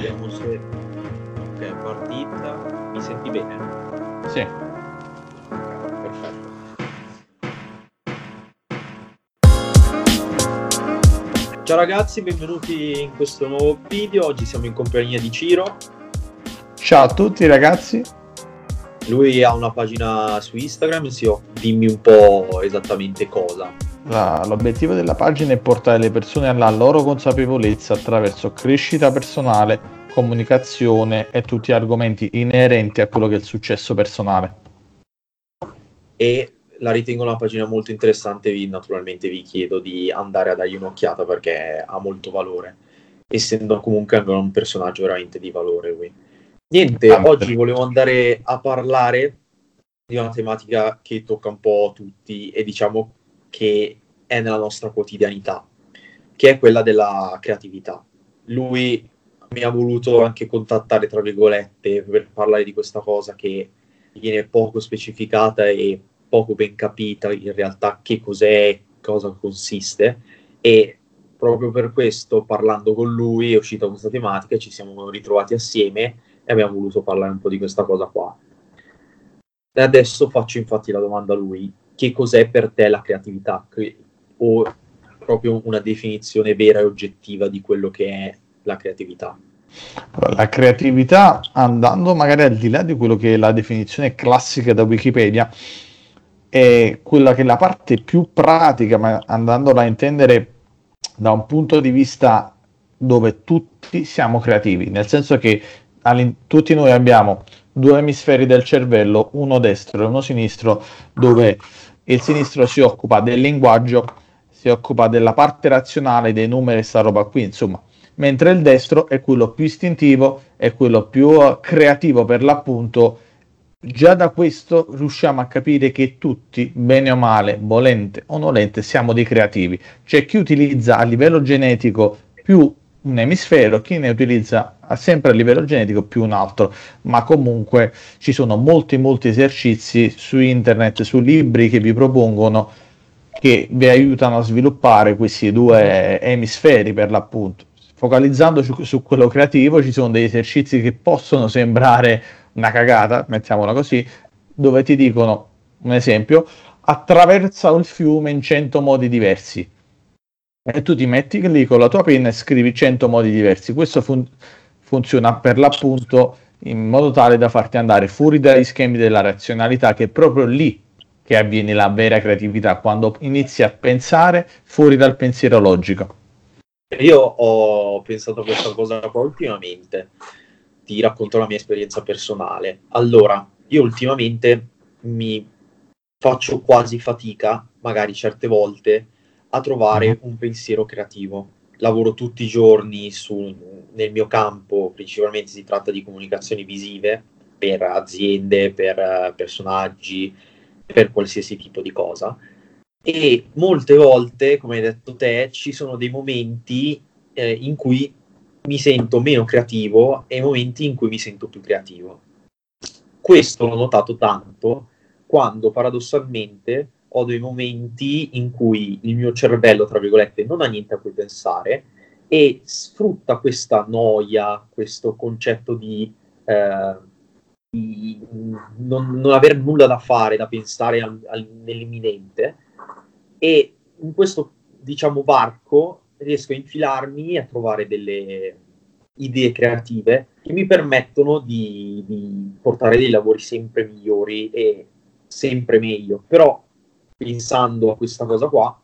Vediamo se... Ok, è partita. Mi senti bene? Sì. Ok, perfetto. Ciao ragazzi, benvenuti in questo nuovo video. Oggi siamo in compagnia di Ciro. Ciao a tutti ragazzi. Lui ha una pagina su Instagram, dimmi un po' esattamente cosa. L'obiettivo della pagina è portare le persone alla loro consapevolezza attraverso crescita personale, comunicazione e tutti gli argomenti inerenti a quello che è il successo personale. E la ritengo una pagina molto interessante, naturalmente vi chiedo di andare a dargli un'occhiata perché ha molto valore, essendo comunque anche un personaggio veramente di valore lui. Niente, oggi volevo andare a parlare di una tematica che tocca un po' tutti e diciamo che è nella nostra quotidianità, che è quella della creatività. Lui mi ha voluto anche contattare, tra virgolette, per parlare di questa cosa che viene poco specificata e poco ben capita in realtà che cos'è, cosa consiste, e proprio per questo, parlando con lui, è uscita questa tematica, ci siamo ritrovati assieme e abbiamo voluto parlare un po' di questa cosa qua. E adesso faccio infatti la domanda a lui: che cos'è per te la creatività? O proprio una definizione vera e oggettiva di quello che è la creatività? La creatività, andando magari al di là di quello che è la definizione classica da Wikipedia, è quella che è la parte più pratica, ma andandola a intendere da un punto di vista dove tutti siamo creativi, nel senso che tutti noi abbiamo due emisferi del cervello, uno destro e uno sinistro, dove il sinistro si occupa del linguaggio, si occupa della parte razionale, dei numeri e sta roba qui, insomma, mentre il destro è quello più istintivo, è quello più creativo per l'appunto. Già da questo riusciamo a capire che tutti, bene o male, volente o nolente, siamo dei creativi. C'è chi utilizza a livello genetico più un emisfero, chi ne utilizza sempre a livello genetico più un altro, ma comunque ci sono molti esercizi su internet, su libri che vi propongono, che vi aiutano a sviluppare questi due emisferi per l'appunto. Focalizzando su quello creativo ci sono degli esercizi che possono sembrare una cagata, mettiamola così, dove ti dicono, un esempio, attraversa il fiume in 100 modi diversi. E tu ti metti lì con la tua penna e scrivi 100 modi diversi. Questo funziona per l'appunto in modo tale da farti andare fuori dagli schemi della razionalità, che è proprio lì che avviene la vera creatività, quando inizi a pensare fuori dal pensiero logico. Io ho pensato a questa cosa qua ultimamente, ti racconto la mia esperienza personale. Allora, io ultimamente mi faccio quasi fatica, magari certe volte, a trovare un pensiero creativo. Lavoro tutti i giorni nel mio campo, principalmente si tratta di comunicazioni visive per aziende, per personaggi, per qualsiasi tipo di cosa. E molte volte, come hai detto te, ci sono dei momenti in cui mi sento meno creativo e momenti in cui mi sento più creativo. Questo l'ho notato tanto quando paradossalmente ho dei momenti in cui il mio cervello, tra virgolette, non ha niente a cui pensare e sfrutta questa noia, questo concetto eh, di non avere nulla da fare, da pensare nell'imminente, e in questo, diciamo, varco riesco a infilarmi e a trovare delle idee creative che mi permettono di portare dei lavori sempre migliori e sempre meglio. Però pensando a questa cosa qua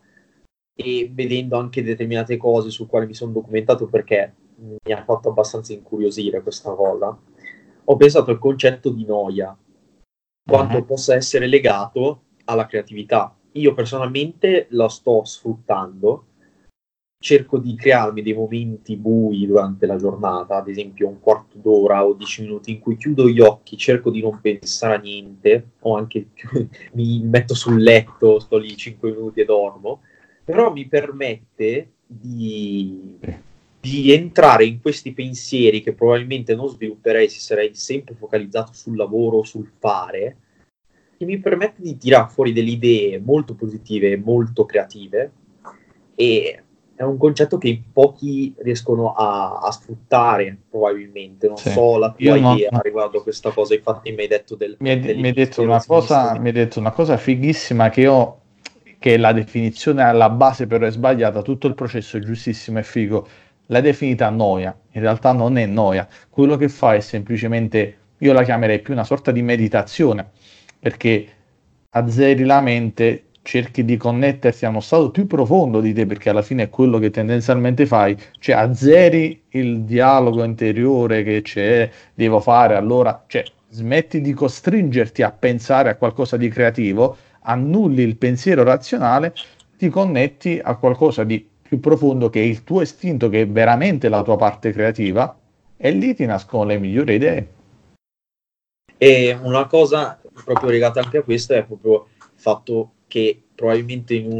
e vedendo anche determinate cose su quali mi sono documentato, perché mi ha fatto abbastanza incuriosire questa cosa, ho pensato al concetto di noia, quanto possa essere legato alla creatività. Io personalmente la sto sfruttando, cerco di crearmi dei momenti bui durante la giornata, ad esempio un quarto d'ora o 10 minuti in cui chiudo gli occhi, cerco di non pensare a niente, o anche mi metto sul letto, sto lì 5 minuti e dormo, però mi permette di entrare in questi pensieri che probabilmente non svilupperei se sarei sempre focalizzato sul lavoro, sul fare, che mi permette di tirare fuori delle idee molto positive, molto creative, e è un concetto che pochi riescono a sfruttare, probabilmente. Non Sì. so la tua Io non, idea riguardo a questa cosa, infatti mi hai detto mi hai detto dell'emisfero una cosa, sinistro. mi hai detto una cosa fighissima che la definizione alla base però è sbagliata, tutto il processo è giustissimo e figo, l'hai definita noia, in realtà non è noia, quello che fa è semplicemente, io la chiamerei più una sorta di meditazione, perché azzeri la mente, cerchi di connettersi a uno stato più profondo di te, perché alla fine è quello che tendenzialmente fai, cioè azzeri il dialogo interiore che c'è, devo fare, allora, cioè smetti di costringerti a pensare a qualcosa di creativo, annulli il pensiero razionale, ti connetti a qualcosa di più profondo che è il tuo istinto, che è veramente la tua parte creativa, e lì ti nascono le migliori idee. E una cosa proprio legata anche a questo è proprio il fatto che probabilmente in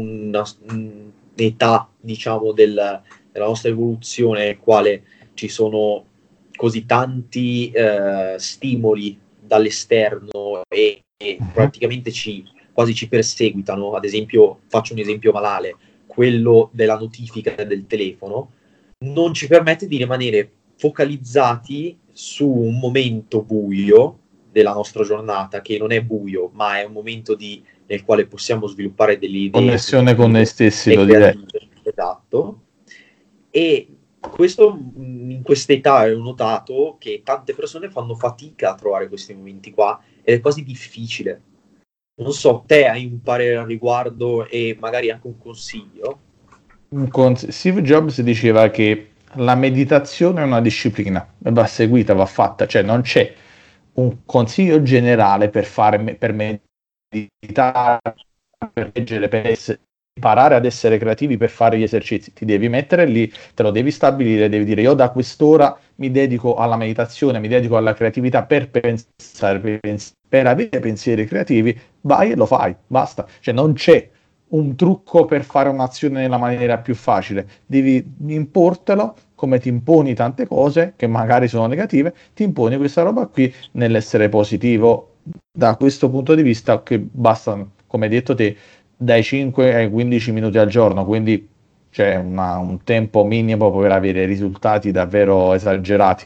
un'età, diciamo, della nostra evoluzione, nel quale ci sono così tanti stimoli dall'esterno e praticamente quasi ci perseguitano. Ad esempio, faccio un esempio banale, quello della notifica del telefono, non ci permette di rimanere focalizzati su un momento buio della nostra giornata, che non è buio, ma è un momento nel quale possiamo sviluppare delle idee Connessione con noi positive stessi, e lo direi. creative. Esatto. E questo, in quest'età ho notato che tante persone fanno fatica a trovare questi momenti qua ed è quasi difficile. Non so, te hai un parere al riguardo e magari anche un consiglio? Con Steve Jobs diceva che la meditazione è una disciplina e va seguita, va fatta, cioè non c'è un consiglio generale per meditare, per leggere, imparare ad essere creativi, per fare gli esercizi. Ti devi mettere lì, te lo devi stabilire, devi dire io da quest'ora mi dedico alla meditazione, mi dedico alla creatività per pensare, per avere pensieri creativi, vai e lo fai, basta. Cioè non c'è un trucco per fare un'azione nella maniera più facile, devi importelo come ti imponi tante cose che magari sono negative, ti imponi questa roba qui nell'essere positivo. Da questo punto di vista che basta, come hai detto te, dai 5 ai 15 minuti al giorno, quindi c'è un tempo minimo per avere risultati davvero esagerati.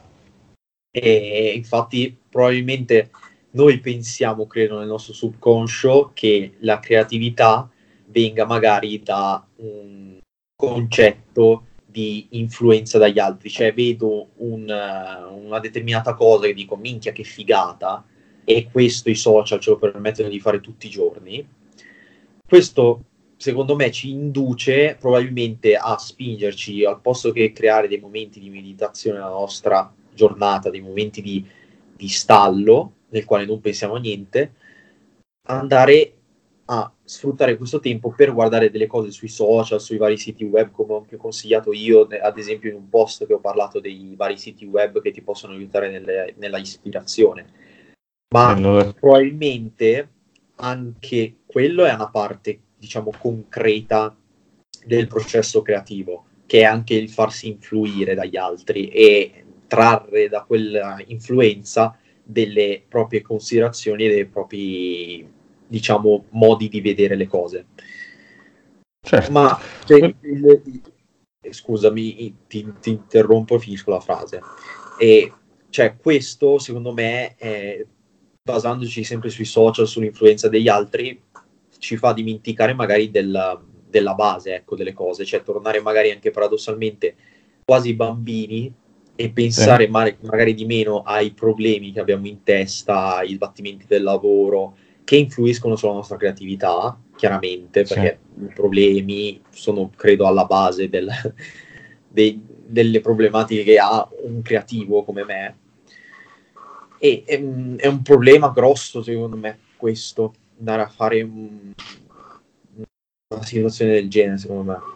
E infatti probabilmente noi pensiamo, credo, nel nostro subconscio che la creatività venga magari da un concetto di influenza dagli altri, cioè vedo una determinata cosa e dico minchia che figata, e questo i social ce lo permettono di fare tutti i giorni. Questo secondo me ci induce probabilmente a spingerci, al posto che creare dei momenti di meditazione nella nostra giornata, dei momenti di stallo nel quale non pensiamo a niente, andare a sfruttare questo tempo per guardare delle cose sui social, sui vari siti web, come ho anche consigliato io, ad esempio in un post che ho parlato dei vari siti web che ti possono aiutare nella ispirazione. Ma probabilmente anche quello è una parte, diciamo, concreta del processo creativo, che è anche il farsi influire dagli altri e trarre da quella influenza delle proprie considerazioni e dei propri, diciamo, modi di vedere le cose. Certo. Ma scusami, ti interrompo e finisco la frase. E cioè, questo secondo me, basandoci sempre sui social, sull'influenza degli altri, ci fa dimenticare magari della base, ecco, delle cose, cioè tornare magari anche paradossalmente quasi bambini e Sì. pensare magari di meno ai problemi che abbiamo in testa, ai sbattimenti del lavoro, che influiscono sulla nostra creatività, chiaramente, Sì. perché i problemi sono, credo, alla base delle problematiche che ha un creativo come me. E è un problema grosso, secondo me, questo, andare a fare una situazione del genere, secondo me.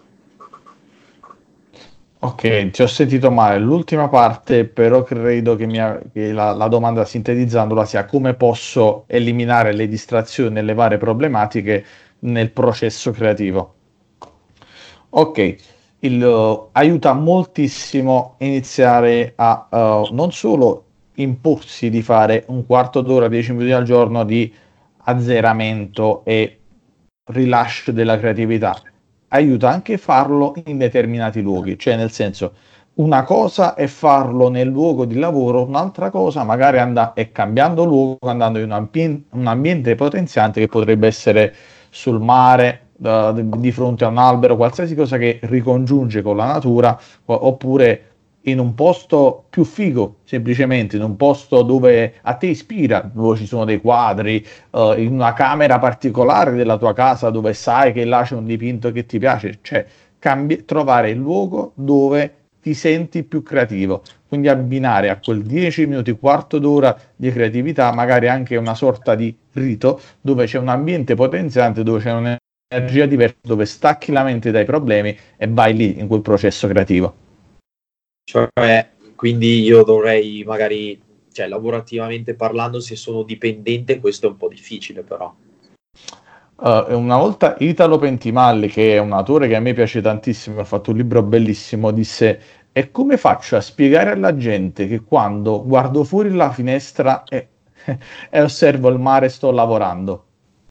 Ok, ti ho sentito male. L'ultima parte, però credo che la domanda sintetizzandola sia come posso eliminare le distrazioni e le varie problematiche nel processo creativo. Ok, aiuta moltissimo iniziare a non solo imporsi di fare un quarto d'ora, 10 minuti al giorno di azzeramento e rilascio della creatività, aiuta anche farlo in determinati luoghi, cioè nel senso una cosa è farlo nel luogo di lavoro, un'altra cosa magari è cambiando luogo, andando in un ambiente potenziante che potrebbe essere sul mare, di fronte a un albero, qualsiasi cosa che ricongiunge con la natura, oppure in un posto più figo, semplicemente in un posto dove a te ispira, dove ci sono dei quadri, in una camera particolare della tua casa dove sai che là c'è un dipinto che ti piace, cioè trovare il luogo dove ti senti più creativo. Quindi abbinare a quel 10 minuti, quarto d'ora di creatività, magari anche una sorta di rito dove c'è un ambiente potenziante, dove c'è un'energia diversa, dove stacchi la mente dai problemi e vai lì in quel processo creativo. Cioè, quindi io dovrei magari, cioè lavorativamente parlando, se sono dipendente, questo è un po' difficile però. Una volta Italo Pentimalli, che è un autore che a me piace tantissimo, ha fatto un libro bellissimo, disse: e come faccio a spiegare alla gente che quando guardo fuori la finestra e osservo il mare sto lavorando?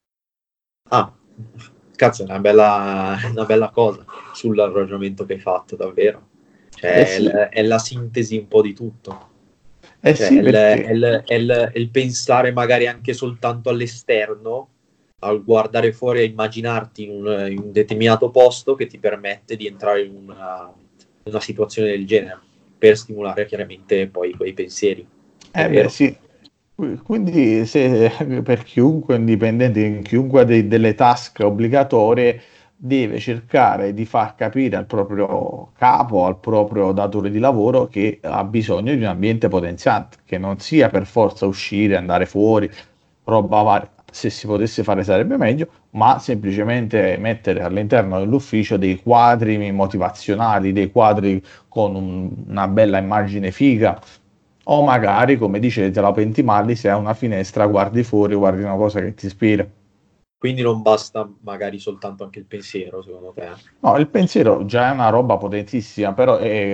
Ah, cazzo, è una bella cosa sul ragionamento che hai fatto, davvero. Eh Cioè, sì, è la sintesi un po' di tutto. eh Cioè, sì, perché è il pensare magari anche soltanto all'esterno, al guardare fuori e immaginarti in un determinato posto che ti permette di entrare in una situazione del genere, per stimolare chiaramente poi quei pensieri. È beh, vero? sì. Quindi per chiunque indipendente, chiunque ha delle task obbligatorie, deve cercare di far capire al proprio capo, al proprio datore di lavoro che ha bisogno di un ambiente potenziante, che non sia per forza uscire, andare fuori, roba varia. Se si potesse fare sarebbe meglio, ma semplicemente mettere all'interno dell'ufficio dei quadri motivazionali, dei quadri con una bella immagine figa, o magari, come dicete, la Pentimalli, se hai una finestra, guardi fuori, guardi una cosa che ti ispira. Quindi non basta magari soltanto anche il pensiero, secondo te? No, il pensiero già è una roba potentissima, però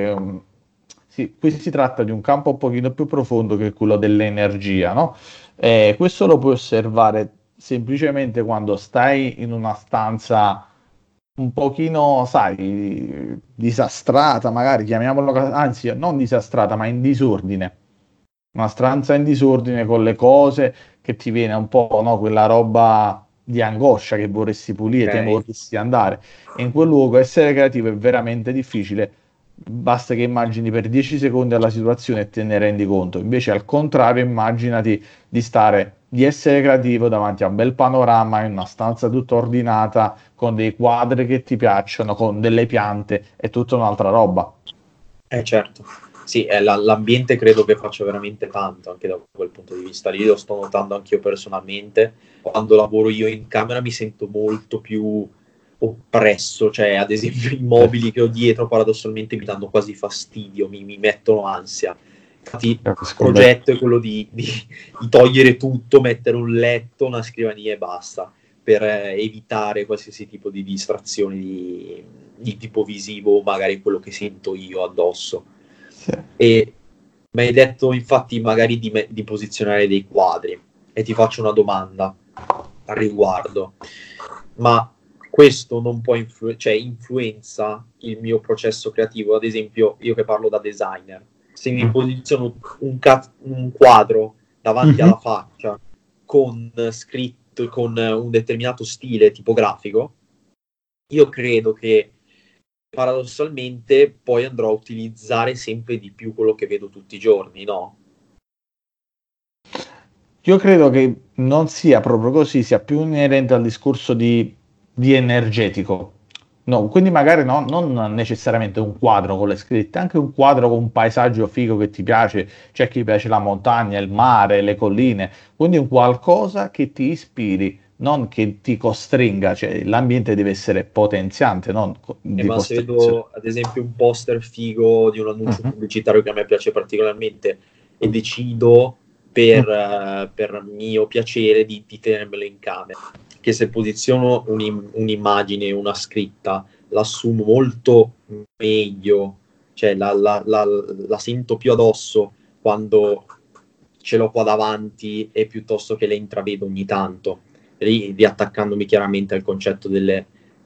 sì, qui si tratta di un campo un pochino più profondo che è quello dell'energia, no? Questo lo puoi osservare semplicemente quando stai in una stanza un pochino, sai, disastrata, magari chiamiamola, anzi, non disastrata, ma in disordine. Una stanza in disordine con le cose che ti viene un po', no, quella roba di angoscia che vorresti pulire, te Ok. vorresti andare. E in quel luogo essere creativo è veramente difficile. Basta che immagini per 10 secondi alla situazione e te ne rendi conto. Invece, al contrario, immaginati di essere creativo davanti a un bel panorama in una stanza tutta ordinata, con dei quadri che ti piacciono, con delle piante, è tutta un'altra roba. Certo, sì, l'ambiente credo che faccia veramente tanto anche da quel punto di vista lì, lo sto notando anch'io personalmente. Quando lavoro io in camera mi sento molto più oppresso, cioè ad esempio i mobili che ho dietro paradossalmente mi danno quasi fastidio, mi mettono ansia. Infatti il Capisco bene. progetto è quello di togliere tutto, mettere un letto, una scrivania e basta, per evitare qualsiasi tipo di distrazione di tipo visivo, magari quello che sento io addosso. Sì. E mi hai detto infatti magari di posizionare dei quadri e ti faccio una domanda al riguardo, ma questo non può cioè influenza il mio processo creativo, ad esempio io che parlo da designer, se mi posiziono un quadro davanti Mhm. alla faccia con scritto con un determinato stile tipografico, io credo che paradossalmente poi andrò a utilizzare sempre di più quello che vedo tutti i giorni, no? Io credo che non sia proprio così, sia più inerente al discorso di energetico. No, quindi magari non necessariamente un quadro con le scritte, anche un quadro con un paesaggio figo che ti piace, c'è chi piace la montagna, il mare, le colline, quindi un qualcosa che ti ispiri, non che ti costringa, cioè l'ambiente deve essere potenziante, non di Ma se costrizione. vedo ad esempio un poster figo di un annuncio Mhm. pubblicitario che a me piace particolarmente e decido per mio piacere di tenermelo in camera, che se posiziono un'immagine, una scritta, l'assumo molto meglio, cioè la sento più addosso quando ce l'ho qua davanti e piuttosto che le intravedo ogni tanto, riattaccandomi chiaramente al concetto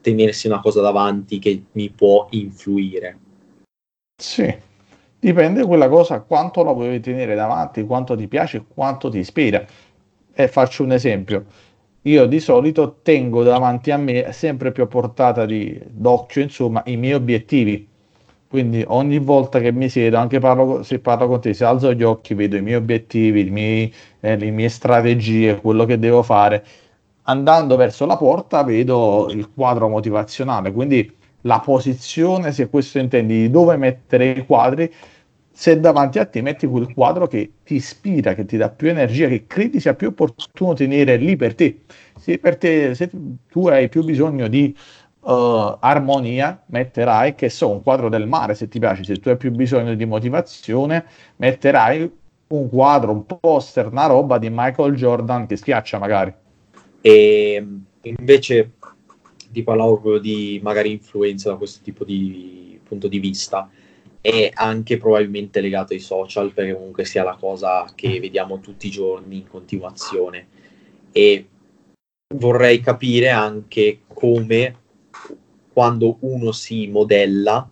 tenersi una cosa davanti che mi può influire. Sì, dipende quella cosa quanto la vuoi tenere davanti, quanto ti piace, quanto ti ispira. E faccio un esempio. Io di solito tengo davanti a me sempre più a portata d'occhio, insomma, i miei obiettivi. Quindi ogni volta che mi siedo, anche se parlo con te, se alzo gli occhi, vedo i miei obiettivi, le mie strategie, quello che devo fare. Andando verso la porta, vedo il quadro motivazionale, quindi la posizione, se questo intendi, di dove mettere i quadri. Se davanti a te metti quel quadro che ti ispira, che ti dà più energia, che credi sia più opportuno tenere lì per te. Se per te, se tu hai più bisogno di armonia, metterai, che so, un quadro del mare, se ti piace. Se tu hai più bisogno di motivazione, metterai un quadro, un poster, una roba di Michael Jordan che schiaccia magari. E invece ti parlavo proprio di magari influenza da questo tipo di punto di vista, è anche probabilmente legato ai social, perché comunque sia la cosa che vediamo tutti i giorni in continuazione. E vorrei capire anche come, quando uno si modella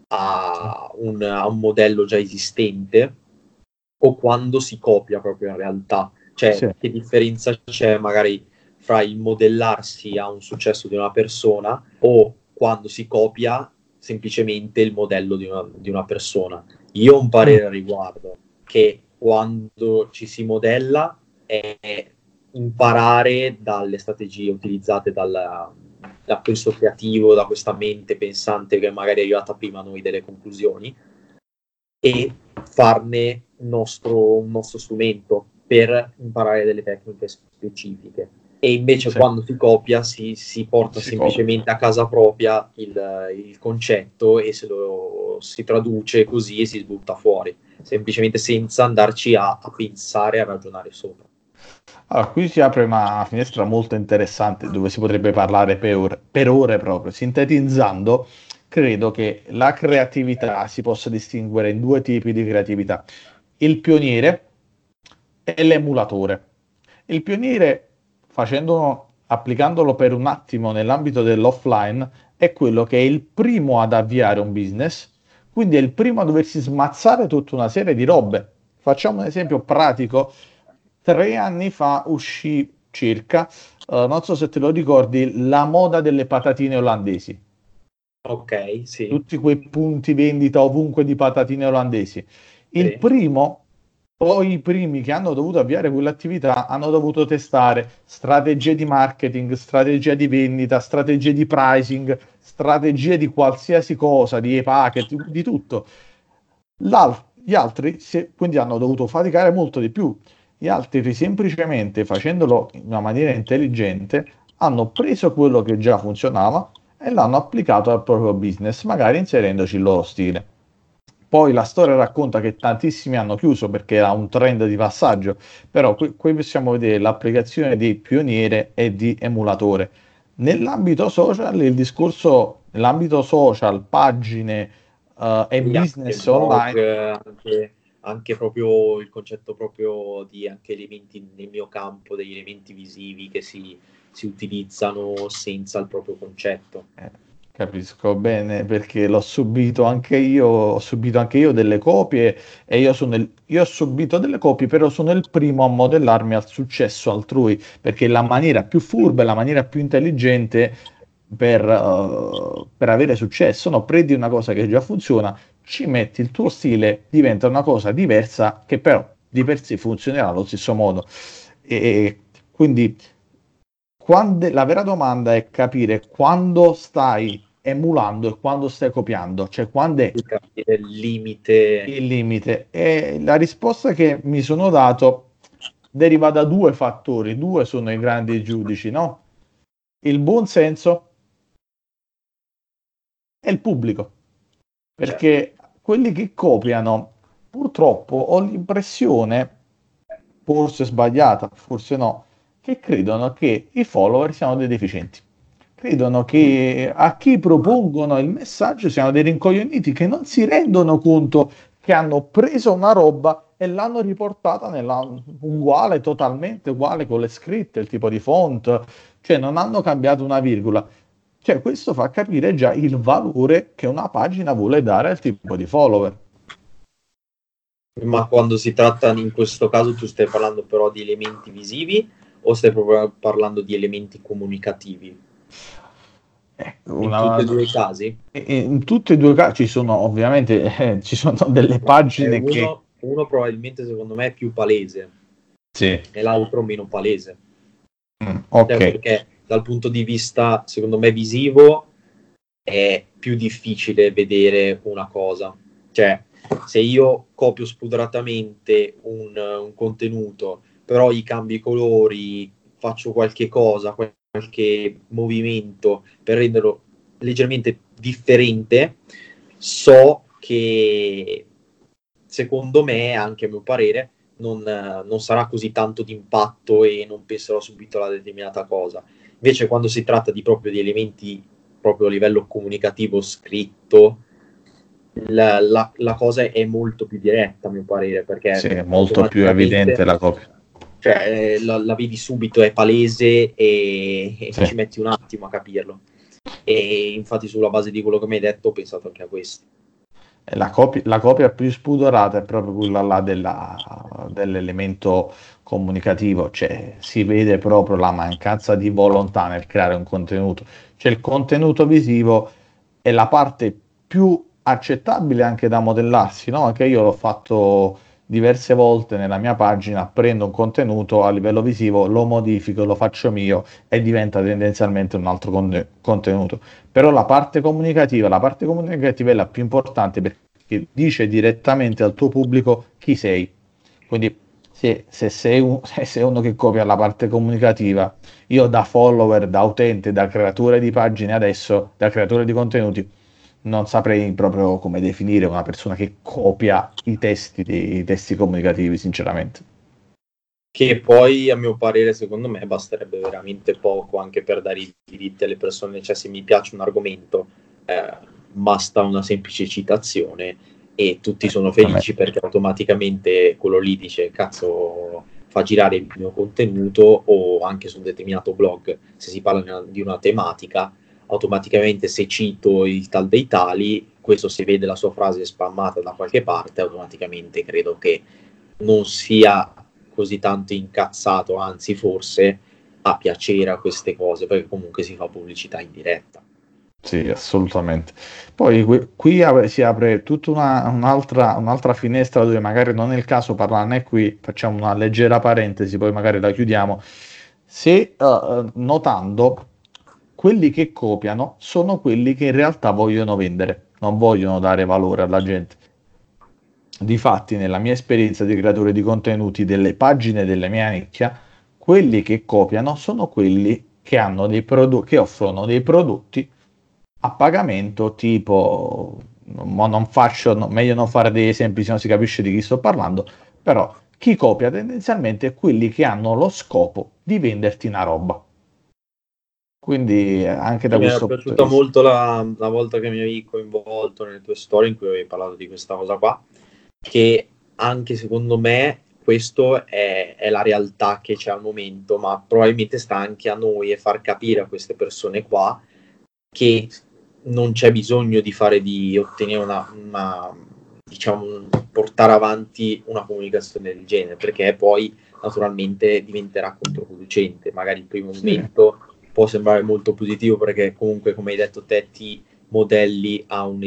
a un modello già esistente, o quando si copia proprio in realtà. Cioè, Sì. che differenza c'è magari fra il modellarsi a un successo di una persona o quando si copia semplicemente il modello di una persona. Io ho un parere a riguardo, che quando ci si modella è imparare dalle strategie utilizzate da questo creativo, da questa mente pensante che magari è arrivata prima a noi delle conclusioni, e farne un nostro strumento per imparare delle tecniche specifiche. E invece Sì. quando si copia si porta Si semplicemente a casa propria il concetto e si traduce così e si butta fuori, semplicemente senza andarci a pensare, a ragionare sopra. Allora, qui si apre una finestra molto interessante dove si potrebbe parlare per ore proprio. Sintetizzando, credo che la creatività si possa distinguere in due tipi di creatività: il pioniere e l'emulatore. Il pioniere, applicandolo per un attimo nell'ambito dell'offline, è quello che è il primo ad avviare un business, quindi è il primo a doversi smazzare tutta una serie di robe. Facciamo un esempio pratico. 3 anni fa uscì circa, non so se te lo ricordi, la moda delle patatine olandesi. Ok, sì. Tutti quei punti vendita ovunque di patatine olandesi. Il Sì. primo, o i primi che hanno dovuto avviare quell'attività, hanno dovuto testare strategie di marketing, strategie di vendita, strategie di pricing, strategie di qualsiasi cosa, di e-packet, di tutto. Gli altri quindi hanno dovuto faticare molto di più. Gli altri semplicemente facendolo in una maniera intelligente hanno preso quello che già funzionava e l'hanno applicato al proprio business, magari inserendoci il loro stile. Poi la storia racconta che tantissimi hanno chiuso perché era un trend di passaggio, però qui possiamo vedere l'applicazione di pioniere e di emulatore. Nell'ambito social, il discorso, nell'ambito social, pagine e Sì, anche business blog, online. anche proprio il concetto proprio di anche elementi nel mio campo, degli elementi visivi che si utilizzano senza il proprio concetto. Eh, Capisco bene perché l'ho subito anche io, ho subito anche io delle copie e io ho subito delle copie, però sono il primo a modellarmi al successo altrui, perché è la maniera più furba, è la maniera più intelligente per avere successo, no? Prendi una cosa che già funziona, ci metti il tuo stile, diventa una cosa diversa che però di per sé funzionerà allo stesso modo. E quindi la vera domanda è capire quando stai emulando e quando stai copiando, cioè quando è Di capire il limite il limite. E la risposta che mi sono dato deriva da due fattori, due sono i grandi giudici, no? Il buon senso e il pubblico, certo. perché quelli che copiano, purtroppo ho l'impressione, forse sbagliata, forse no, che credono che i follower siano dei deficienti. Credono che a chi propongono il messaggio siano dei rincoglioniti che non si rendono conto che hanno preso una roba e l'hanno riportata uguale, totalmente uguale, con le scritte, il tipo di font, cioè non hanno cambiato una virgola. Cioè, questo fa capire già il valore che una pagina vuole dare al tipo di follower. Ma quando si tratta, in questo caso, tu stai parlando però di elementi visivi o stai proprio parlando di elementi comunicativi? In tutti e due i casi? In tutti e due i casi ci sono ovviamente ci sono delle pagine che... Uno probabilmente secondo me è più palese Sì. e l'altro meno palese. Ok. Perché dal punto di vista, secondo me, visivo è più difficile vedere una cosa. Cioè, se io copio spudoratamente un contenuto, però gli cambio i colori, faccio qualche cosa, qualche movimento per renderlo leggermente differente, so che secondo me, anche a mio parere, non sarà così tanto d'impatto e non penserò subito alla determinata cosa. Invece quando si tratta proprio di elementi proprio a livello comunicativo scritto, la cosa è molto più diretta a mio parere, Sì, perché è molto più evidente automaticamente la copia. cioè, la vedi subito, è palese e Sì. ci metti un attimo a capirlo. E infatti sulla base di quello che mi hai detto ho pensato anche a questo. La copia più spudorata è proprio quella là dell'elemento comunicativo, cioè si vede proprio la mancanza di volontà nel creare un contenuto. Cioè il contenuto visivo è la parte più accettabile anche da modellarsi, no? Che io l'ho fatto diverse volte nella mia pagina, prendo un contenuto a livello visivo, lo modifico, lo faccio mio e diventa tendenzialmente un altro contenuto. Però la parte comunicativa è la più importante perché dice direttamente al tuo pubblico chi sei. Quindi se se sei uno che copia la parte comunicativa, io da follower, da utente, da creatore di pagine adesso, da creatore di contenuti, non saprei proprio come definire una persona che copia i testi comunicativi, sinceramente. Che poi, a mio parere, secondo me, basterebbe veramente poco anche per dare i diritti alle persone. Cioè, se mi piace un argomento, basta una semplice citazione e tutti sono felici perché automaticamente quello lì dice, cazzo, fa girare il mio contenuto, o anche su un determinato blog, se si parla di una tematica, automaticamente se cito il tal dei tali, questo se vede la sua frase spammata da qualche parte, automaticamente credo che non sia così tanto incazzato, anzi forse ha piacere a queste cose, perché comunque si fa pubblicità in diretta. Sì, assolutamente. Poi si apre tutta un'altra finestra dove magari non è il caso parlarne qui, facciamo una leggera parentesi, poi magari la chiudiamo. Se notando, quelli che copiano sono quelli che in realtà vogliono vendere, non vogliono dare valore alla gente. Difatti, nella mia esperienza di creatore di contenuti delle pagine della mia nicchia, quelli che copiano sono quelli che hanno che offrono dei prodotti a pagamento tipo, non faccio, meglio non fare degli esempi se non si capisce di chi sto parlando, però chi copia tendenzialmente è quelli che hanno lo scopo di venderti una roba. Quindi anche da Mi è questo punto di piaciuta vista. molto la volta che mi avevi coinvolto nelle tue storie in cui avevi parlato di questa cosa qua, che anche secondo me questo è la realtà che c'è al momento, ma probabilmente sta anche a noi e far capire a queste persone qua che non c'è bisogno di ottenere diciamo, portare avanti una comunicazione del genere, perché poi naturalmente diventerà controproducente. Magari il primo Sì. momento può sembrare molto positivo perché comunque, come hai detto te, ti modelli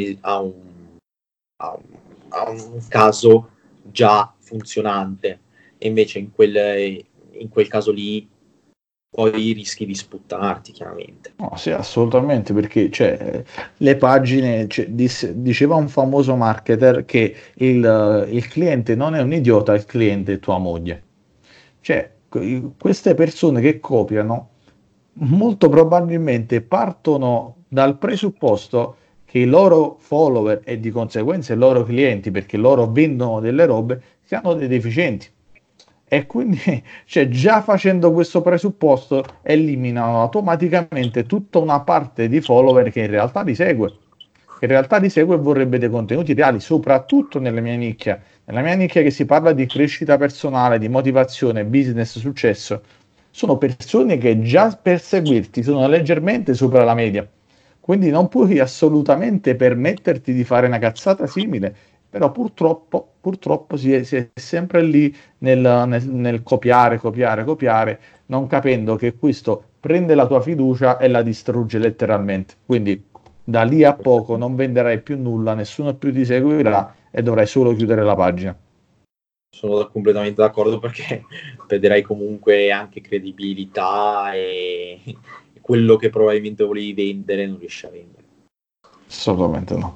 a un caso già funzionante, e invece in quel caso lì poi rischi di sputtanarti, chiaramente. No, sì, assolutamente, perché cioè, le pagine, diceva un famoso marketer che il cliente non è un idiota, il cliente è tua moglie. Cioè, queste persone che copiano molto probabilmente partono dal presupposto che i loro follower e di conseguenza i loro clienti, perché loro vendono delle robe, siano dei deficienti. E quindi, cioè, già facendo questo presupposto, eliminano automaticamente tutta una parte di follower che in realtà li segue. Che in realtà li segue e vorrebbe dei contenuti reali, soprattutto nella mia nicchia. Nella mia nicchia che si parla di crescita personale, di motivazione, business, successo, sono persone che già per seguirti sono leggermente sopra la media. Quindi non puoi assolutamente permetterti di fare una cazzata simile, però purtroppo si è sempre lì nel copiare, copiare, copiare, non capendo che questo prende la tua fiducia e la distrugge letteralmente. Quindi da lì a poco non venderai più nulla, nessuno più ti seguirà e dovrai solo chiudere la pagina. Sono completamente d'accordo, perché perderai comunque anche credibilità e quello che probabilmente volevi vendere non riesci a vendere. Assolutamente no.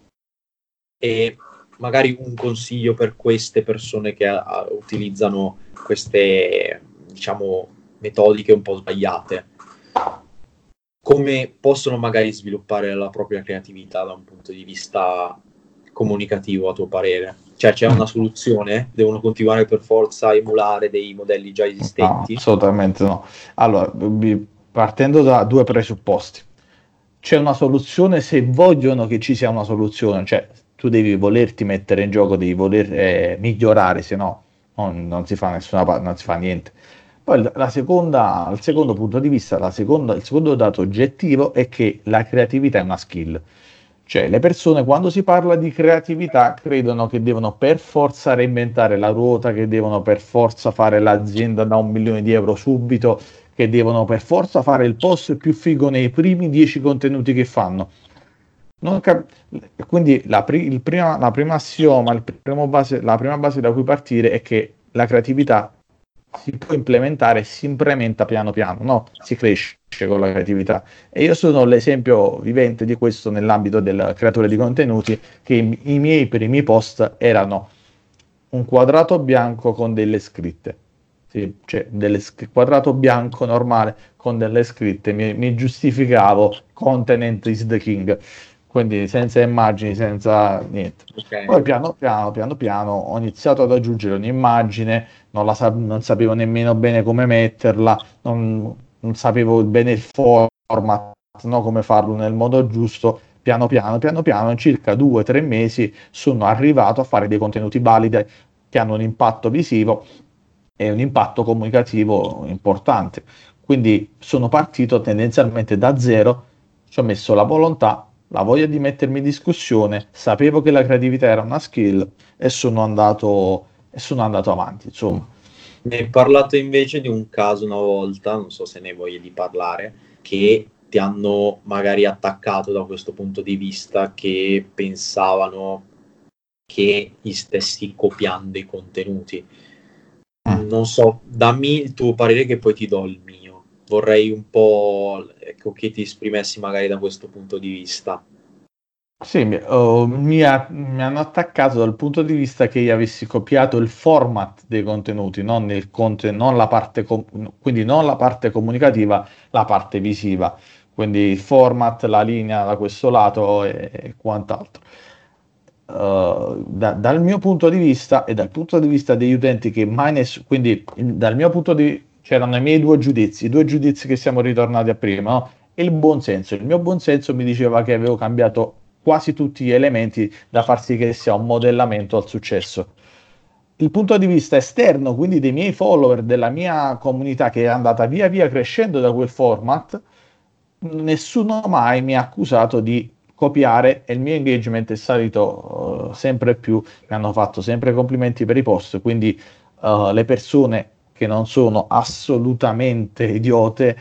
E magari un consiglio per queste persone che utilizzano queste, diciamo, metodiche un po' sbagliate: come possono magari sviluppare la propria creatività da un punto di vista comunicativo, a tuo parere? Cioè, c'è una soluzione? Devono continuare per forza a emulare dei modelli già No, esistenti? assolutamente no. Allora, partendo da due presupposti. C'è una soluzione se vogliono che ci sia una soluzione, cioè tu devi volerti mettere in gioco, devi voler migliorare, se no non si fa non si fa niente. Poi il secondo punto di vista, il secondo dato oggettivo è che la creatività è una skill. Cioè, le persone quando si parla di creatività credono che devono per forza reinventare la ruota, che devono per forza fare l'azienda da 1 milione di euro subito, che devono per forza fare il post più figo nei primi 10 contenuti che fanno. Non cap- Quindi la prima assioma, la prima base da cui partire è che la creatività si può implementare e si implementa piano piano, no? Si cresce con la creatività. E io sono l'esempio vivente di questo nell'ambito del creatore di contenuti, che i miei primi post erano un quadrato bianco con delle scritte. Sì, cioè quadrato bianco normale con delle scritte, mi giustificavo content is the king, quindi senza immagini, senza niente. Ok. Poi piano piano ho iniziato ad aggiungere un'immagine, non sapevo nemmeno bene come metterla, non sapevo bene il format, no, come farlo nel modo giusto. Piano piano, in circa 2 o 3 mesi sono arrivato a fare dei contenuti validi che hanno un impatto visivo e un impatto comunicativo importante. Quindi sono partito tendenzialmente da zero, ci ho messo la volontà, la voglia di mettermi in discussione, sapevo che la creatività era una skill e sono andato avanti, insomma. Mi hai parlato invece di un caso una volta, non so se ne voglia di parlare, che ti hanno magari attaccato da questo punto di vista, che pensavano che gli stessi copiando i contenuti. Mm. Non so, dammi il tuo parere che poi ti do il mio. Vorrei un po', ecco, che ti esprimessi magari da questo punto di vista. Sì, mi hanno attaccato dal punto di vista che io avessi copiato il format dei contenuti, non la parte, quindi non la parte comunicativa, la parte visiva, quindi il format, la linea da questo lato e quant'altro. Dal mio punto di vista e dal punto di vista degli utenti che mai nessuno, quindi dal mio punto di vista c'erano i miei i due giudizi che siamo ritornati a prima, no? E il buonsenso. Il mio buonsenso mi diceva che avevo cambiato quasi tutti gli elementi da far sì che sia un modellamento al successo. Il punto di vista esterno, quindi dei miei follower, della mia comunità che è andata via via crescendo da quel format, nessuno mai mi ha accusato di copiare e il mio engagement è salito sempre più, mi hanno fatto sempre complimenti per i post, quindi le persone che non sono assolutamente idiote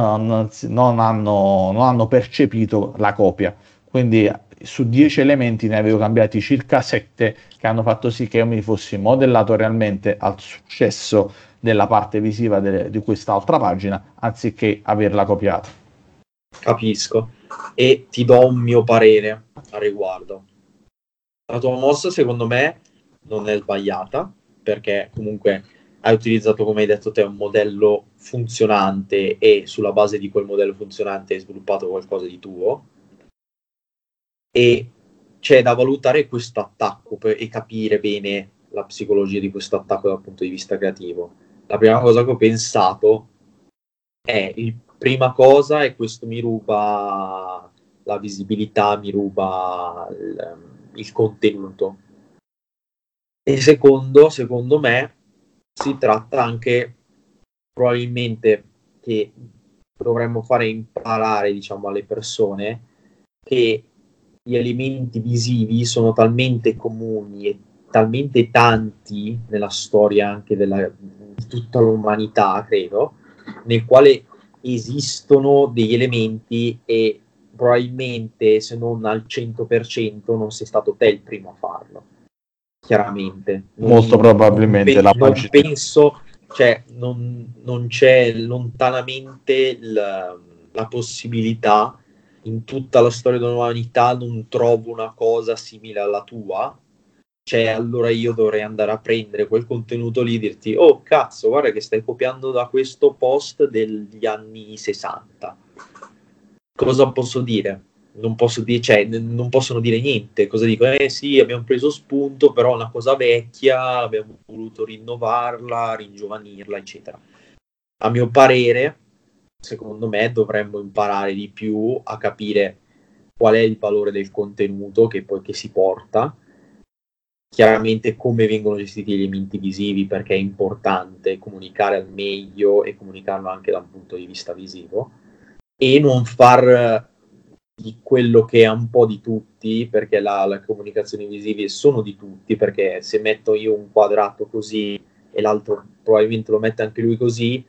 non hanno percepito la copia. Quindi su 10 elementi ne avevo cambiati circa 7 che hanno fatto sì che io mi fossi modellato realmente al successo della parte visiva di quest'altra pagina anziché averla copiata. Capisco. E ti do un mio parere a riguardo. La tua mossa, secondo me, non è sbagliata, perché comunque hai utilizzato, come hai detto te, un modello funzionante e sulla base di quel modello funzionante hai sviluppato qualcosa di tuo. E c'è da valutare questo attacco e capire bene la psicologia di questo attacco dal punto di vista creativo. La prima cosa che ho pensato è, prima cosa, è questo mi ruba la visibilità, mi ruba il contenuto. E secondo me, si tratta anche probabilmente che dovremmo fare imparare, diciamo, alle persone che gli elementi visivi sono talmente comuni e talmente tanti nella storia anche di tutta l'umanità, credo, nel quale esistono degli elementi e probabilmente, se non al 100%, non sei stato te il primo a farlo. Chiaramente. Molto probabilmente la non penso, cioè non c'è lontanamente la possibilità in tutta la storia dell'umanità, non trovo una cosa simile alla tua, cioè allora io dovrei andare a prendere quel contenuto lì e dirti: oh cazzo, guarda che stai copiando da questo post degli anni 60. Cosa posso dire? Non posso dire, cioè, non possono dire niente. Cosa dico? Sì, abbiamo preso spunto, però è una cosa vecchia, abbiamo voluto rinnovarla, ringiovanirla, eccetera. A mio parere, secondo me, dovremmo imparare di più a capire qual è il valore del contenuto che poi che si porta, chiaramente come vengono gestiti gli elementi visivi, perché è importante comunicare al meglio e comunicarlo anche da un punto di vista visivo, e non far di quello che è un po' di tutti, perché le comunicazioni visive sono di tutti, perché se metto io un quadrato così e l'altro probabilmente lo mette anche lui così,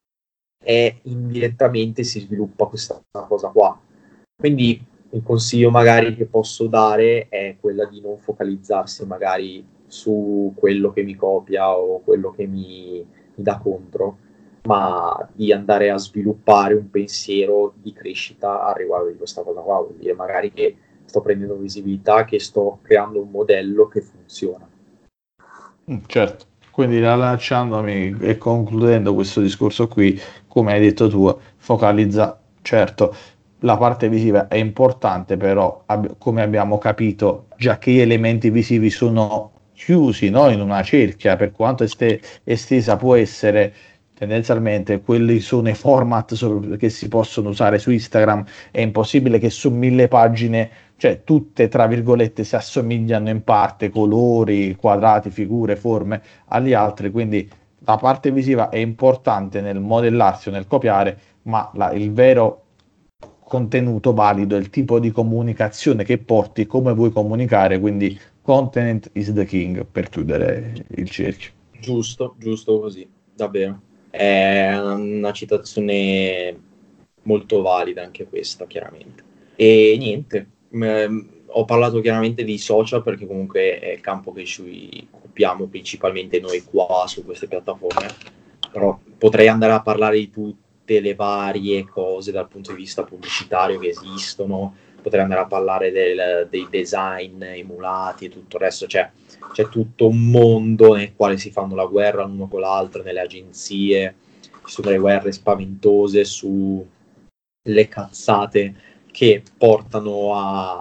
e indirettamente si sviluppa questa cosa qua. Quindi il consiglio magari che posso dare è quella di non focalizzarsi magari su quello che mi copia o quello che mi dà contro, ma di andare a sviluppare un pensiero di crescita a riguardo di questa cosa qua. Vuol dire magari che sto prendendo visibilità, che sto creando un modello che funziona. Certo, quindi lasciandomi e concludendo questo discorso qui, come hai detto tu, focalizza, certo, la parte visiva è importante, però come abbiamo capito, già che gli elementi visivi sono chiusi, no, in una cerchia, per quanto estesa può essere, tendenzialmente quelli sono i format che si possono usare su Instagram, è impossibile che su 1000 pagine, cioè tutte tra virgolette, si assomigliano in parte, colori, quadrati, figure, forme agli altri, quindi la parte visiva è importante nel modellarsi o nel copiare, ma il vero contenuto valido è il tipo di comunicazione che porti, come vuoi comunicare, quindi content is the king, per chiudere il cerchio. Giusto, giusto così, davvero. È una citazione molto valida anche questa, chiaramente. E niente, ho parlato chiaramente di social perché comunque è il campo che ci occupiamo principalmente noi qua su queste piattaforme, però potrei andare a parlare di tutte le varie cose dal punto di vista pubblicitario che esistono, potrei andare a parlare dei design emulati e tutto il resto, cioè c'è tutto un mondo nel quale si fanno la guerra l'uno con l'altro, nelle agenzie, ci sono delle guerre spaventose sulle cazzate che portano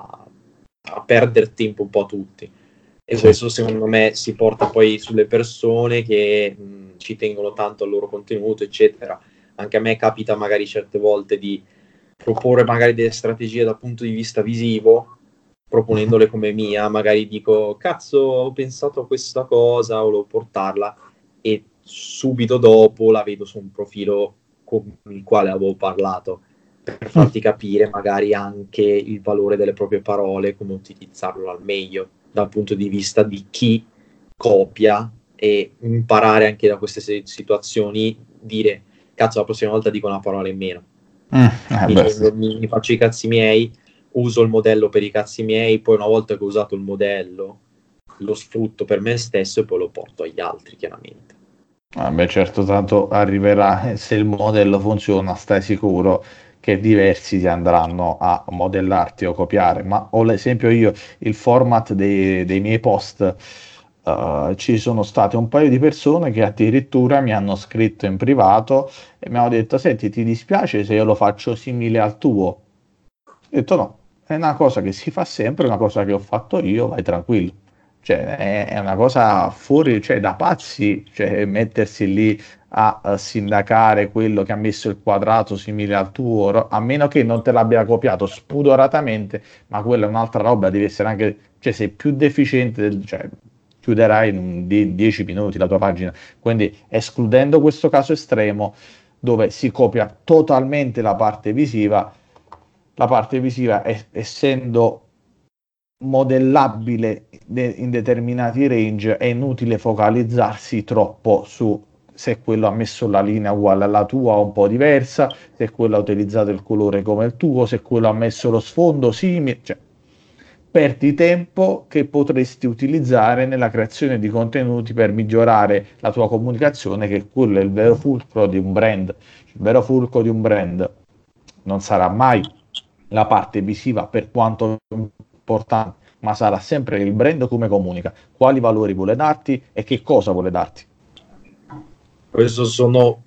a perdere tempo un po' a tutti. E sì, questo secondo me si porta poi sulle persone che ci tengono tanto al loro contenuto, eccetera. Anche a me capita magari certe volte di proporre magari delle strategie dal punto di vista visivo, proponendole come mia, magari dico cazzo ho pensato a questa cosa, volevo portarla, e subito dopo la vedo su un profilo con il quale avevo parlato, per farti capire magari anche il valore delle proprie parole, come utilizzarlo al meglio dal punto di vista di chi copia, e imparare anche da queste situazioni, dire cazzo la prossima volta dico una parola in meno. Mi faccio i cazzi miei, uso il modello per i cazzi miei, poi una volta che ho usato il modello lo sfrutto per me stesso e poi lo porto agli altri, chiaramente. Certo, tanto arriverà, se il modello funziona, stai sicuro che diversi ti andranno a modellarti o copiare. Ma ho l'esempio io, il format dei miei post, ci sono state un paio di persone che addirittura mi hanno scritto in privato e mi hanno detto: senti, ti dispiace se io lo faccio simile al tuo? Ho detto no, è una cosa che si fa sempre, una cosa che ho fatto io, vai tranquillo. Cioè, è una cosa fuori, cioè, da pazzi, cioè, mettersi lì a sindacare quello che ha messo il quadrato simile al tuo, a meno che non te l'abbia copiato spudoratamente, ma quella è un'altra roba, deve essere anche, cioè, sei più deficiente, cioè, chiuderai in 10 minuti la tua pagina. Quindi, escludendo questo caso estremo, dove si copia totalmente la parte visiva, la parte visiva, essendo modellabile in determinati range, è inutile focalizzarsi troppo su se quello ha messo la linea uguale alla tua o un po' diversa, se quello ha utilizzato il colore come il tuo, se quello ha messo lo sfondo simile, cioè perdi tempo che potresti utilizzare nella creazione di contenuti per migliorare la tua comunicazione, che quello è il vero fulcro di un brand. Il vero fulcro di un brand non sarà mai la parte visiva, per quanto importante, ma sarà sempre il brand come comunica, quali valori vuole darti e che cosa vuole darti. Questo sono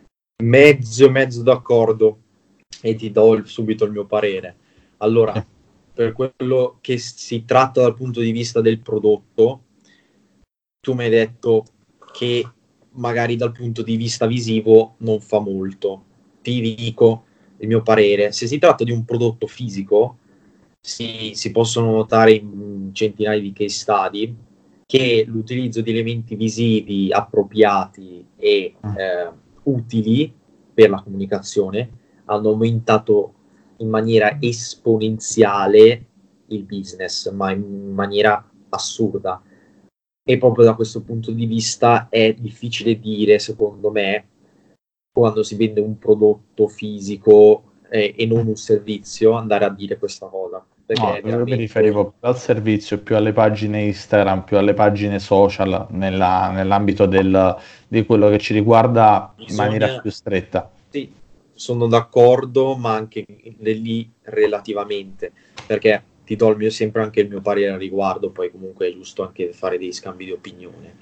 mezzo d'accordo e ti do subito il mio parere. Allora, per quello che si tratta dal punto di vista del prodotto, tu mi hai detto che magari dal punto di vista visivo non fa molto. Ti dico il mio parere: se si tratta di un prodotto fisico, si possono notare in centinaia di case study che l'utilizzo di elementi visivi appropriati e utili per la comunicazione hanno aumentato in maniera esponenziale il business, ma in maniera assurda. E proprio da questo punto di vista è difficile dire, secondo me, quando si vende un prodotto fisico e non un servizio, andare a dire questa cosa. Perché No, io mi riferivo più al servizio, più alle pagine Instagram, più alle pagine social, nell'ambito di quello che ci riguarda in maniera più stretta. Sì, sono d'accordo, ma anche lì relativamente, perché ti do sempre anche il mio parere a riguardo, poi comunque è giusto anche fare dei scambi di opinione.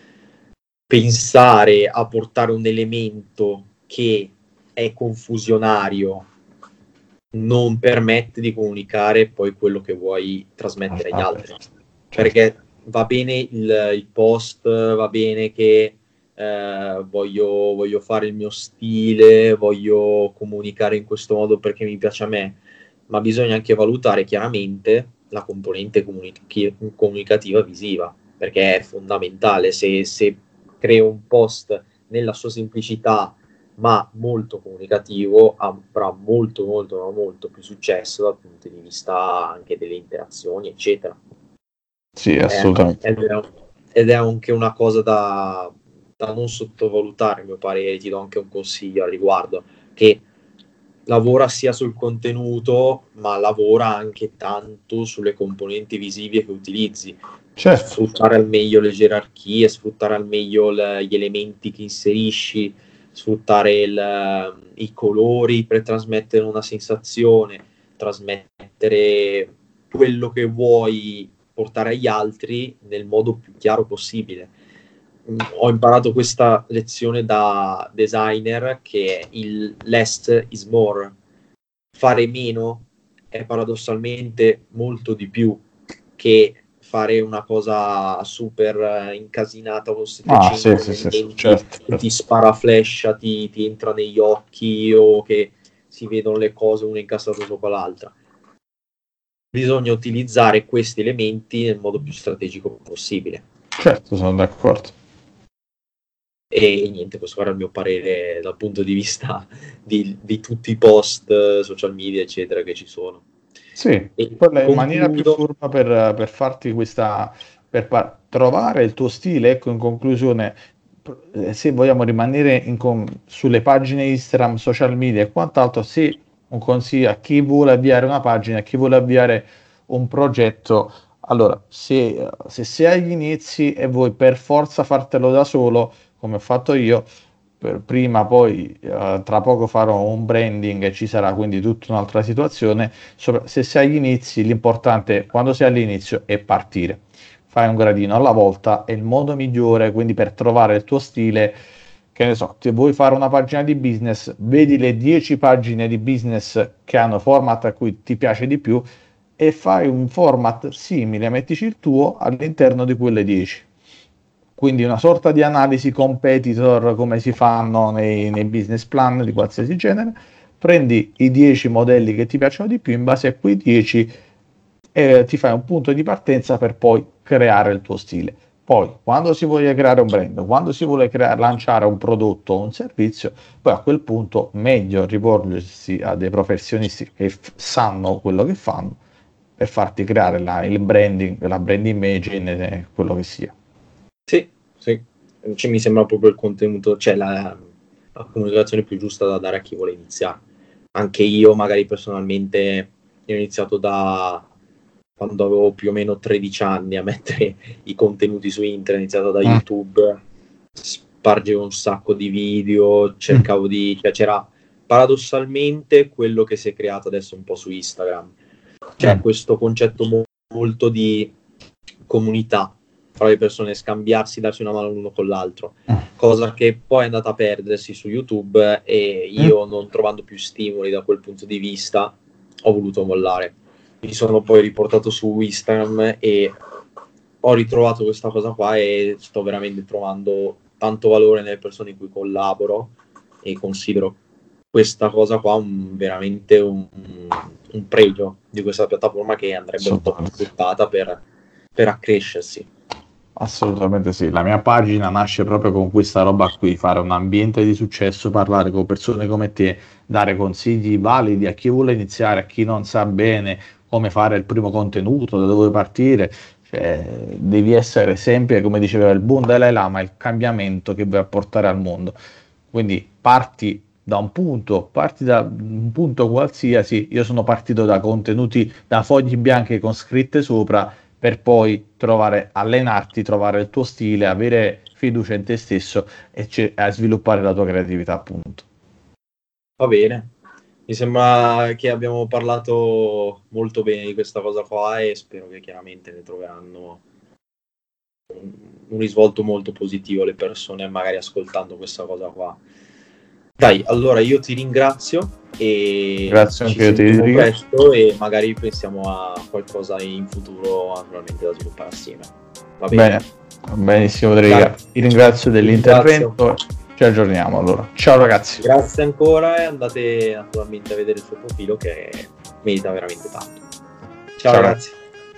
Pensare a portare un elemento che è confusionario non permette di comunicare poi quello che vuoi trasmettere agli altri, perché va bene il post, va bene che voglio fare il mio stile, voglio comunicare in questo modo perché mi piace a me, ma bisogna anche valutare chiaramente la componente comunicativa visiva, perché è fondamentale. Se creo un post nella sua semplicità ma molto comunicativo, avrà molto più successo dal punto di vista anche delle interazioni, eccetera. Sì, assolutamente. Ed è anche una cosa da non sottovalutare, a mio parere. Ti do anche un consiglio al riguardo, che lavora sia sul contenuto, ma lavora anche tanto sulle componenti visive che utilizzi. Certo. Sfruttare al meglio le gerarchie, sfruttare al meglio gli elementi che inserisci, sfruttare i colori per trasmettere una sensazione, trasmettere quello che vuoi portare agli altri nel modo più chiaro possibile. Ho imparato questa lezione da designer, che è il less is more. Fare meno è paradossalmente molto di più che fare una cosa super incasinata con 700 elementi, certo. che ti spara flash, ti entra negli occhi, o che si vedono le cose una incastrata sopra l'altra. Bisogna utilizzare questi elementi nel modo più strategico possibile. Certo, sono d'accordo. E niente, questo era il mio parere dal punto di vista di tutti i post social media, eccetera, che ci sono. Sì, quella è in maniera più furba per farti questa, trovare il tuo stile. Ecco, in conclusione, se vogliamo rimanere sulle pagine Instagram, social media e quant'altro, se un consiglio a chi vuole avviare una pagina, a chi vuole avviare un progetto, allora, se sei agli inizi e vuoi per forza fartelo da solo, come ho fatto io, prima poi tra poco farò un branding e ci sarà quindi tutta un'altra situazione. Se sei agli inizi, l'importante quando sei all'inizio è partire, fai un gradino alla volta, è il modo migliore quindi per trovare il tuo stile. Che ne so, se vuoi fare una pagina di business, vedi le 10 pagine di business che hanno format a cui ti piace di più e fai un format simile, mettici il tuo all'interno di quelle 10. Quindi una sorta di analisi competitor come si fanno nei business plan di qualsiasi genere. Prendi i 10 modelli che ti piacciono di più, in base a quei 10 ti fai un punto di partenza per poi creare il tuo stile. Poi, quando si voglia creare un brand, quando si vuole lanciare un prodotto o un servizio, poi a quel punto meglio rivolgersi a dei professionisti che sanno quello che fanno per farti creare il branding, la brand imagine, quello che sia. Sì, sì. Cioè, mi sembra proprio il contenuto, cioè la comunicazione più giusta da dare a chi vuole iniziare. Anche io, magari personalmente, ho iniziato da quando avevo più o meno 13 anni a mettere i contenuti su internet, ho iniziato da YouTube, spargevo un sacco di video, cercavo di... cioè c'era paradossalmente quello che si è creato adesso un po' su Instagram. C'è questo concetto molto di comunità fra le persone, scambiarsi, darsi una mano l'uno con l'altro, cosa che poi è andata a perdersi su YouTube, e io, non trovando più stimoli da quel punto di vista, ho voluto mollare. Mi sono poi riportato su Instagram e ho ritrovato questa cosa qua, e sto veramente trovando tanto valore nelle persone in cui collaboro, e considero questa cosa qua veramente un pregio di questa piattaforma, che andrebbe un po' sfruttata per accrescersi. Assolutamente sì, la mia pagina nasce proprio con questa roba qui, fare un ambiente di successo, parlare con persone come te, dare consigli validi a chi vuole iniziare, a chi non sa bene come fare il primo contenuto, da dove partire. Cioè, devi essere sempre, come diceva il buon Dalai Lama, il cambiamento che vuoi apportare al mondo. Quindi parti da un punto qualsiasi. Io sono partito da contenuti, da fogli bianchi con scritte sopra, per poi allenarti, trovare il tuo stile, avere fiducia in te stesso e sviluppare la tua creatività, appunto. Va bene, mi sembra che abbiamo parlato molto bene di questa cosa qua, e spero che chiaramente ne troveranno un risvolto molto positivo le persone, magari ascoltando questa cosa qua. Dai, allora io ti ringrazio, e Grazie ci anche io, sentiamo presto, e magari pensiamo a qualcosa in futuro naturalmente da sviluppare assieme. Va bene? Benissimo, Enrico. Ti ringrazio dell'intervento. Ci aggiorniamo allora. Ciao ragazzi. Grazie ancora, e andate naturalmente a vedere il suo profilo, che merita veramente tanto. Ciao ragazzi.